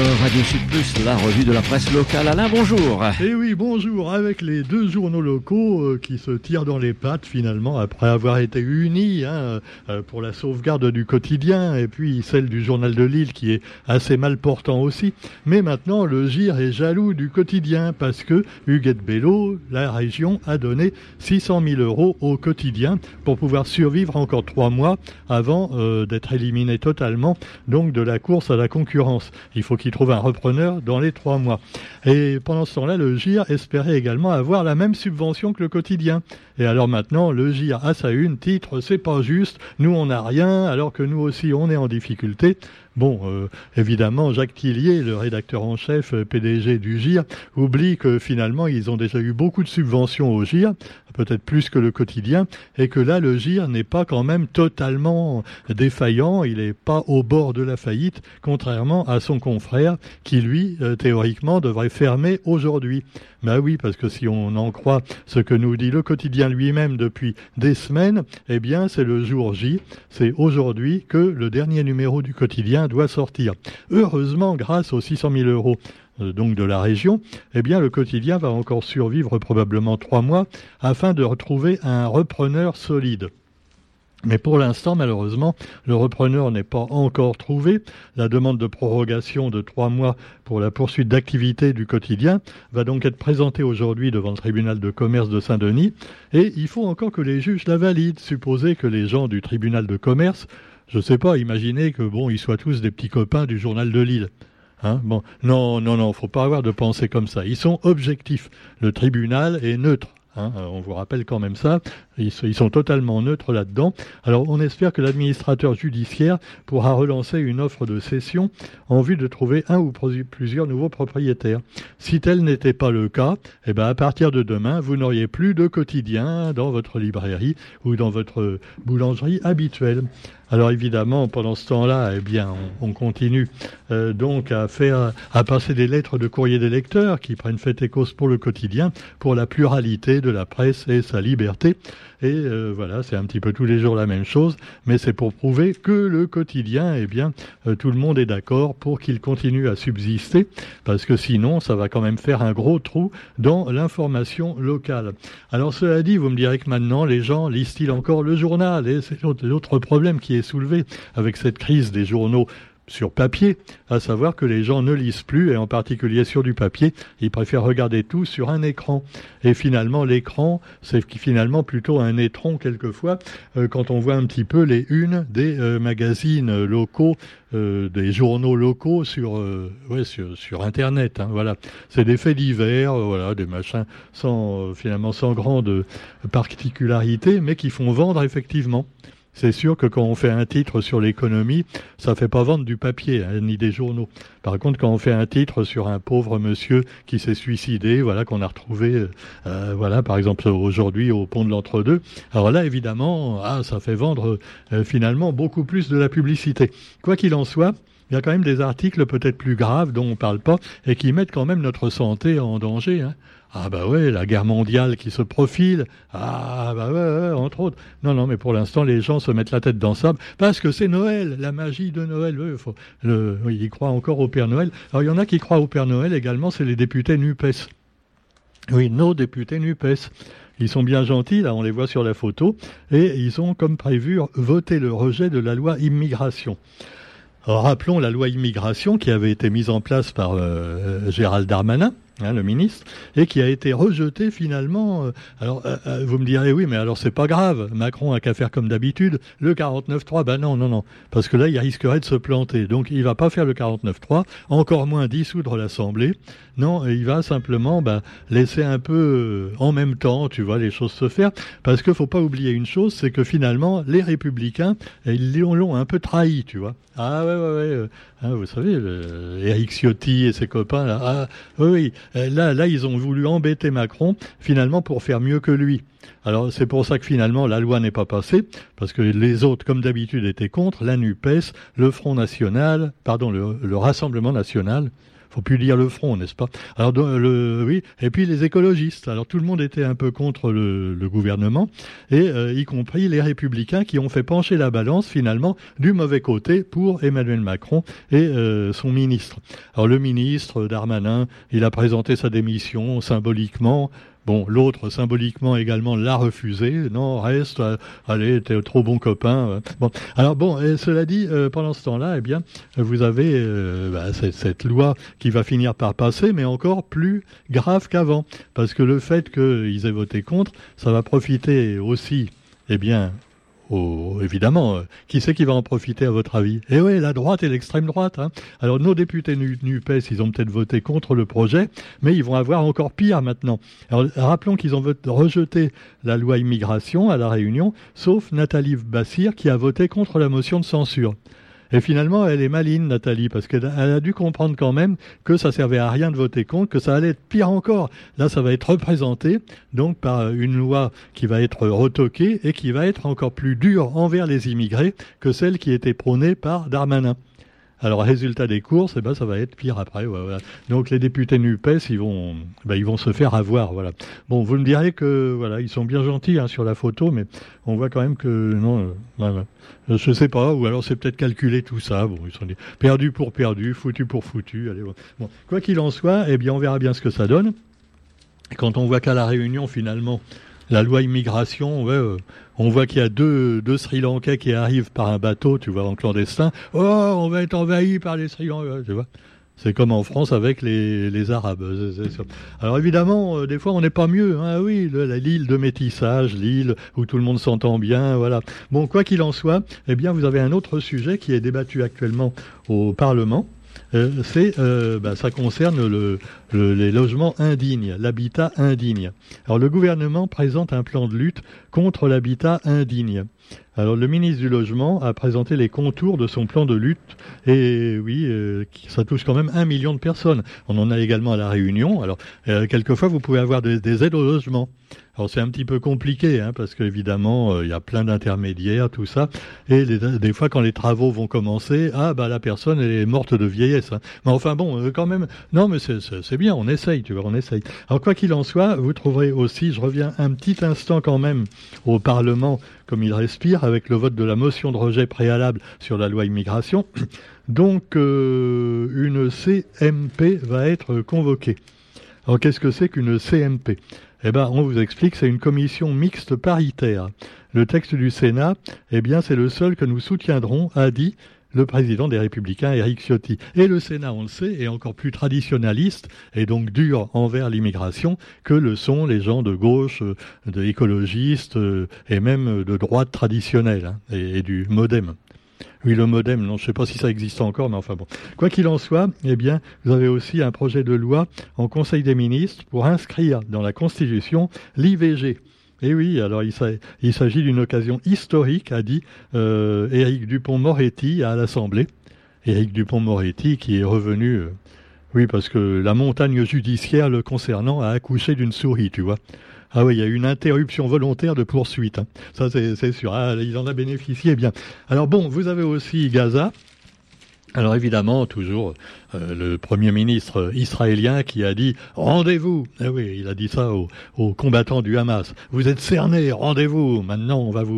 Radio Sud Plus, la revue de la presse locale. Alain, bonjour. Eh oui, bonjour, avec les deux journaux locaux qui se tirent dans les pattes finalement après avoir été unis pour la sauvegarde du quotidien et puis celle du journal de Lille qui est assez mal portant aussi. Mais maintenant, le GIR est jaloux du quotidien parce que Huguette Bello, la région, a donné 600 000 € au quotidien pour pouvoir survivre encore 3 mois avant d'être éliminé totalement donc de la course à la concurrence. Il faut qu'il trouve un repreneur dans les 3 mois. Et pendant ce temps-là, le GIR espérait également avoir la même subvention que le quotidien. Et alors maintenant, le GIR a sa une, titre « C'est pas juste, nous on n'a rien, alors que nous aussi on est en difficulté ». Bon, évidemment, Jacques Tillier, le rédacteur en chef, PDG du GIR, oublie que finalement, ils ont déjà eu beaucoup de subventions au GIR, peut-être plus que le quotidien, et que là, le GIR n'est pas quand même totalement défaillant, il n'est pas au bord de la faillite, contrairement à son confrère, qui lui, théoriquement, devrait fermer aujourd'hui. Ben oui, parce que si on en croit ce que nous dit le quotidien lui-même depuis des semaines, eh bien, c'est le jour J, c'est aujourd'hui que le dernier numéro du quotidien doit sortir. Heureusement, grâce aux 600 000 € donc de la région, eh bien, le quotidien va encore survivre probablement 3 mois afin de retrouver un repreneur solide. Mais pour l'instant, malheureusement, le repreneur n'est pas encore trouvé. La demande de prorogation de 3 mois pour la poursuite d'activité du quotidien va donc être présentée aujourd'hui devant le tribunal de commerce de Saint-Denis. Et il faut encore que les juges la valident. Supposer que les gens du tribunal de commerce, je sais pas, imaginez que ils soient tous des petits copains du journal de Lille. Non, faut pas avoir de pensée comme ça. Ils sont objectifs. Le tribunal est neutre. On vous rappelle quand même ça, ils sont totalement neutres là-dedans. Alors on espère que l'administrateur judiciaire pourra relancer une offre de cession en vue de trouver un ou plusieurs nouveaux propriétaires. Si tel n'était pas le cas, à partir de demain, vous n'auriez plus de quotidien dans votre librairie ou dans votre boulangerie habituelle. Alors évidemment, pendant ce temps-là, on continue donc à passer des lettres de courrier des lecteurs qui prennent fait et cause pour le quotidien, pour la pluralité de la presse et sa liberté. Et voilà, c'est un petit peu tous les jours la même chose, mais c'est pour prouver que le quotidien, tout le monde est d'accord pour qu'il continue à subsister, parce que sinon, ça va quand même faire un gros trou dans l'information locale. Alors cela dit, vous me direz que maintenant, les gens lisent-ils encore le journal ? Et c'est l'autre problème qui est soulevé avec cette crise des journaux sur papier, à savoir que les gens ne lisent plus, et en particulier sur du papier, ils préfèrent regarder tout sur un écran. Et finalement, l'écran, c'est finalement plutôt un étron quelquefois, quand on voit un petit peu les unes des magazines locaux, des journaux locaux sur Internet. Voilà, c'est des faits divers, des machins sans grande particularité, mais qui font vendre effectivement. C'est sûr que quand on fait un titre sur l'économie, ça fait pas vendre du papier, ni des journaux. Par contre, quand on fait un titre sur un pauvre monsieur qui s'est suicidé, qu'on a retrouvé, par exemple aujourd'hui au pont de l'Entre-deux, alors là, évidemment, ça fait vendre finalement beaucoup plus de la publicité. Quoi qu'il en soit, il y a quand même des articles peut-être plus graves dont on parle pas et qui mettent quand même notre santé en danger. La guerre mondiale qui se profile. Entre autres. Non, mais pour l'instant, les gens se mettent la tête dans le sable parce que c'est Noël, la magie de Noël. Ils croient encore au Père Noël. Alors, il y en a qui croient au Père Noël également, c'est les députés NUPES. Oui, nos députés NUPES. Ils sont bien gentils, là, on les voit sur la photo, et ils ont, comme prévu, voté le rejet de la loi immigration. Alors, rappelons la loi immigration qui avait été mise en place par Gérald Darmanin, le ministre, et qui a été rejeté finalement. Vous me direz, oui, mais alors c'est pas grave, Macron a qu'à faire comme d'habitude, le 49.3, non, parce que là, il risquerait de se planter. Donc, il va pas faire le 49.3, encore moins dissoudre l'Assemblée. Non, il va simplement laisser un peu en même temps, tu vois, les choses se faire, parce qu'il faut pas oublier une chose, c'est que finalement, les Républicains, ils l'ont un peu trahi, tu vois. Vous savez, Éric Ciotti et ses copains, là, là, ils ont voulu embêter Macron, finalement, pour faire mieux que lui. Alors, c'est pour ça que finalement, la loi n'est pas passée, parce que les autres, comme d'habitude, étaient contre, la NUPES, le Front National, le Rassemblement National, faut plus dire le front, n'est-ce pas? Alors oui, et puis les écologistes. Alors tout le monde était un peu contre le gouvernement, et y compris les républicains qui ont fait pencher la balance finalement du mauvais côté pour Emmanuel Macron et son ministre. Alors le ministre Darmanin, il a présenté sa démission symboliquement. Bon, l'autre, symboliquement également, l'a refusé. Non, reste, allez, t'es trop bon copain. Bon, alors bon, et cela dit, pendant ce temps-là, eh bien, vous avez cette loi qui va finir par passer, mais encore plus grave qu'avant. Parce que le fait qu'ils aient voté contre, ça va profiter aussi, eh bien, évidemment, qui c'est qui va en profiter à votre avis? Eh oui, la droite et l'extrême droite. Hein. Alors nos députés NUPES, ils ont peut-être voté contre le projet, mais ils vont avoir encore pire maintenant. Alors rappelons qu'ils ont rejeté la loi immigration à La Réunion, sauf Nathalie Bassir qui a voté contre la motion de censure. Et finalement, elle est maligne, Nathalie, parce qu'elle a dû comprendre quand même que ça servait à rien de voter contre, que ça allait être pire encore. Là, ça va être représenté, donc, par une loi qui va être retoquée et qui va être encore plus dure envers les immigrés que celle qui était prônée par Darmanin. Alors, résultat des courses, eh ben, ça va être pire après. Voilà. Donc, les députés NUPES, ils vont se faire avoir. Voilà. Bon, vous me direz que, voilà, ils sont bien gentils hein, sur la photo, mais on voit quand même que non. Je sais pas, ou alors c'est peut-être calculé tout ça. Bon, ils sont perdus pour perdus, foutus pour foutus. Allez, bon, quoi qu'il en soit, eh bien, on verra bien ce que ça donne. Et quand on voit qu'à La Réunion, finalement, la loi immigration, on voit qu'il y a deux Sri Lankais qui arrivent par un bateau, tu vois, en clandestin. Oh, on va être envahi par les Sri Lankais, tu vois. C'est comme en France avec les Arabes. Alors évidemment, des fois, on n'est pas mieux. Hein. Oui, l'île de métissage, l'île où tout le monde s'entend bien, voilà. Bon, quoi qu'il en soit, eh bien, vous avez un autre sujet qui est débattu actuellement au Parlement. Ça concerne les logements indignes, l'habitat indigne. Alors le gouvernement présente un plan de lutte contre l'habitat indigne. Alors le ministre du Logement a présenté les contours de son plan de lutte et oui, ça touche quand même 1 million de personnes. On en a également à La Réunion. Alors quelquefois vous pouvez avoir des aides au logement. Alors c'est un petit peu compliqué hein, parce qu'évidemment il y a plein d'intermédiaires, tout ça. Et des fois quand les travaux vont commencer, la personne elle est morte de vieillesse. Hein. Mais enfin bon, quand même, non mais c'est bien, on essaye, tu vois, on essaye. Alors quoi qu'il en soit, vous trouverez aussi, je reviens un petit instant quand même au Parlement comme il respire avec le vote de la motion de rejet préalable sur la loi immigration. Donc une CMP va être convoquée. Alors qu'est-ce que c'est qu'une CMP ? Eh ben, on vous explique, c'est une commission mixte paritaire. Le texte du Sénat, eh bien, c'est le seul que nous soutiendrons, a dit le président des Républicains, Éric Ciotti. Et le Sénat, on le sait, est encore plus traditionnaliste et donc dur envers l'immigration que le sont les gens de gauche, de écologistes et même de droite traditionnelle hein, et du MoDem. Oui, le MoDem, non, je ne sais pas si ça existe encore, mais enfin bon. Quoi qu'il en soit, eh bien, vous avez aussi un projet de loi en Conseil des ministres pour inscrire dans la Constitution l'IVG. Et oui, alors il s'agit d'une occasion historique, a dit Éric Dupond-Moretti à l'Assemblée. Éric Dupond-Moretti qui est revenu, oui, parce que la montagne judiciaire le concernant a accouché d'une souris, tu vois. Ah oui, il y a eu une interruption volontaire de poursuite. Hein. Ça, c'est sûr. Ah, il en a bénéficié bien. Alors bon, vous avez aussi Gaza. Alors évidemment, toujours le Premier ministre israélien qui a dit « Rendez-vous ». Eh oui, il a dit ça aux combattants du Hamas. « Vous êtes cernés, rendez-vous. Maintenant, on va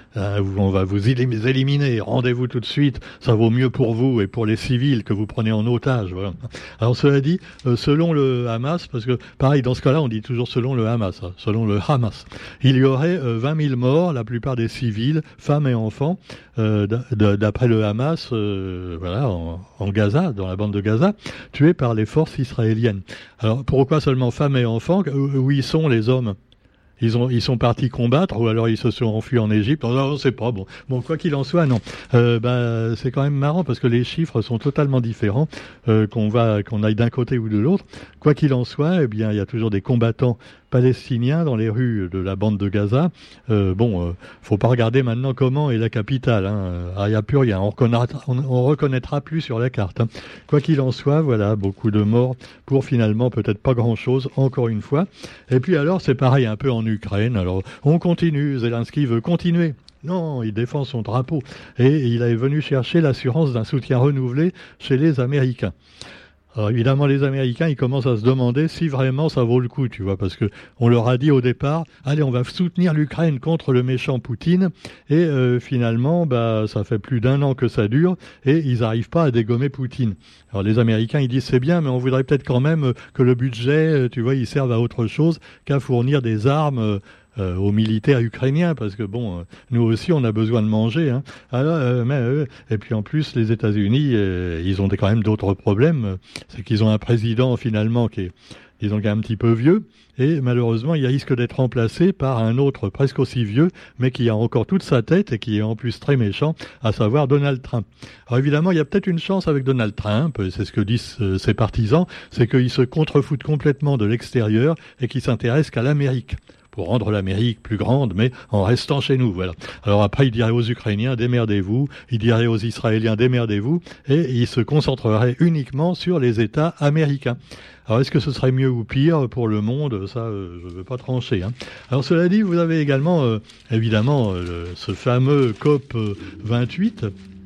vous éliminer. Rendez-vous tout de suite. Ça vaut mieux pour vous et pour les civils que vous prenez en otage. » Voilà. Alors cela dit, selon le Hamas, parce que pareil, dans ce cas-là, on dit toujours selon le Hamas, hein, selon le Hamas, il y aurait 20 000 morts, la plupart des civils, femmes et enfants, d'après le Hamas, voilà, en Gaza, dans la bande de Gaza, tués par les forces israéliennes. Alors pourquoi seulement femmes et enfants ? Où y sont les hommes ? Ils sont partis combattre ou alors ils se sont enfuis en Égypte. Non, on ne sait pas. Bon, quoi qu'il en soit, non. C'est quand même marrant parce que les chiffres sont totalement différents, qu'on aille d'un côté ou de l'autre. Quoi qu'il en soit, eh bien, il y a toujours des combattants palestiniens dans les rues de la bande de Gaza. Faut pas regarder maintenant comment est la capitale. Il n'y a plus rien. On reconnaîtra plus sur la carte. Hein. Quoi qu'il en soit, voilà, beaucoup de morts pour finalement peut-être pas grand-chose, encore une fois. Et puis alors, c'est pareil un peu en Ukraine. Alors, on continue. Zelensky veut continuer. Non, il défend son drapeau. Et il est venu chercher l'assurance d'un soutien renouvelé chez les Américains. Alors évidemment, les Américains, ils commencent à se demander si vraiment ça vaut le coup, tu vois, parce que on leur a dit au départ, allez, on va soutenir l'Ukraine contre le méchant Poutine, et finalement, bah, ça fait plus d'1 an que ça dure, et ils n'arrivent pas à dégommer Poutine. Alors les Américains, ils disent c'est bien, mais on voudrait peut-être quand même que le budget, tu vois, il serve à autre chose qu'à fournir des armes. Aux militaires ukrainiens, parce que bon, nous aussi on a besoin de manger. Hein. Alors, et puis en plus, les États-Unis, ils ont quand même d'autres problèmes. C'est qu'ils ont un président finalement qui est, disons, qui est un petit peu vieux, et malheureusement, il risque d'être remplacé par un autre presque aussi vieux, mais qui a encore toute sa tête et qui est en plus très méchant, à savoir Donald Trump. Alors évidemment, il y a peut-être une chance avec Donald Trump, c'est ce que disent ses partisans, c'est qu'il se contrefoutent complètement de l'extérieur et qu'il s'intéresse qu'à l'Amérique, pour rendre l'Amérique plus grande, mais en restant chez nous, voilà. Alors après, il dirait aux Ukrainiens, démerdez-vous, il dirait aux Israéliens, démerdez-vous, et il se concentrerait uniquement sur les États américains. Alors est-ce que ce serait mieux ou pire pour le monde? Ça, je ne veux pas trancher. Hein. Alors cela dit, vous avez également, évidemment, ce fameux COP 28.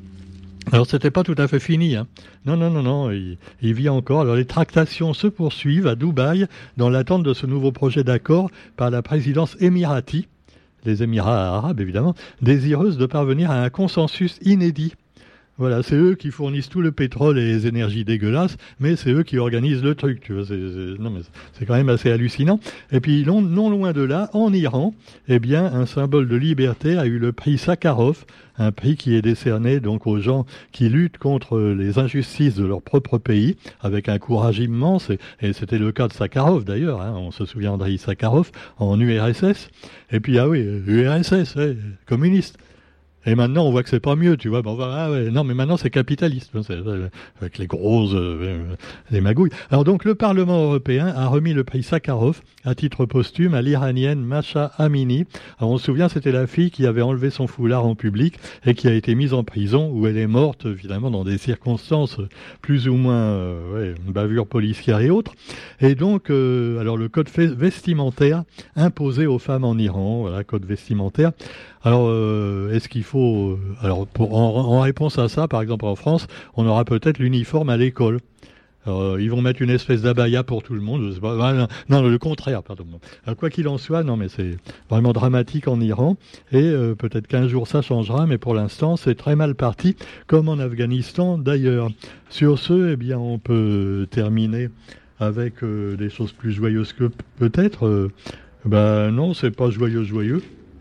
Alors c'était pas tout à fait fini, hein. Non, il vit encore. Alors les tractations se poursuivent à Dubaï dans l'attente de ce nouveau projet d'accord par la présidence émirati, les Émirats arabes évidemment, désireuse de parvenir à un consensus inédit. Voilà, c'est eux qui fournissent tout le pétrole et les énergies dégueulasses, mais c'est eux qui organisent le truc, tu vois. Non, mais c'est quand même assez hallucinant. Et puis, non loin de là, en Iran, eh bien, un symbole de liberté a eu le prix Sakharov, un prix qui est décerné donc aux gens qui luttent contre les injustices de leur propre pays, avec un courage immense, et c'était le cas de Sakharov d'ailleurs, hein, on se souvient d'Andrei Sakharov, en URSS. Et puis, ah oui, URSS, ouais, communiste. Et maintenant, on voit que c'est pas mieux, tu vois. Bon, ah ouais, non, mais maintenant, c'est capitaliste, avec les grosses, les magouilles. Alors donc, le Parlement européen a remis le prix Sakharov à titre posthume à l'Iranienne Mahsa Amini. Alors, on se souvient, c'était la fille qui avait enlevé son foulard en public et qui a été mise en prison, où elle est morte, évidemment, dans des circonstances plus ou moins, bavures policières et autres. Et donc, alors, le code vestimentaire imposé aux femmes en Iran, voilà, code vestimentaire. Alors, est-ce qu'il faut... alors, en réponse à ça, par exemple en France, on aura peut-être l'uniforme à l'école. Alors, ils vont mettre une espèce d'abaya pour tout le monde. Je sais pas, non, le contraire, pardon. Alors, quoi qu'il en soit, non, mais c'est vraiment dramatique en Iran. Et peut-être qu'un jour ça changera, mais pour l'instant, c'est très mal parti, comme en Afghanistan d'ailleurs. Sur ce, eh bien, on peut terminer avec des choses plus joyeuses que peut-être. Non, c'est pas joyeux.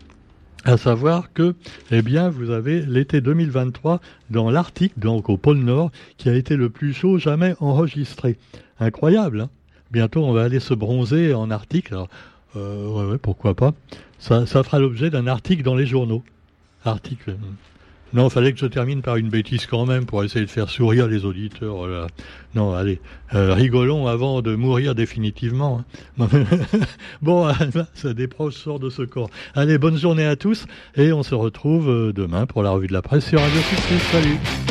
À savoir que, eh bien, vous avez l'été 2023 dans l'Arctique, donc au pôle Nord, qui a été le plus chaud jamais enregistré. Incroyable, hein. Bientôt, on va aller se bronzer en Arctique. Alors, pourquoi pas. Ça fera l'objet d'un article dans les journaux. Article. Non, il fallait que je termine par une bêtise quand même pour essayer de faire sourire les auditeurs. Voilà. Non, allez, rigolons avant de mourir définitivement. Hein. Bon, ça des proches sort de ce corps. Allez, bonne journée à tous et on se retrouve demain pour la revue de la presse sur Radio Sud. Salut.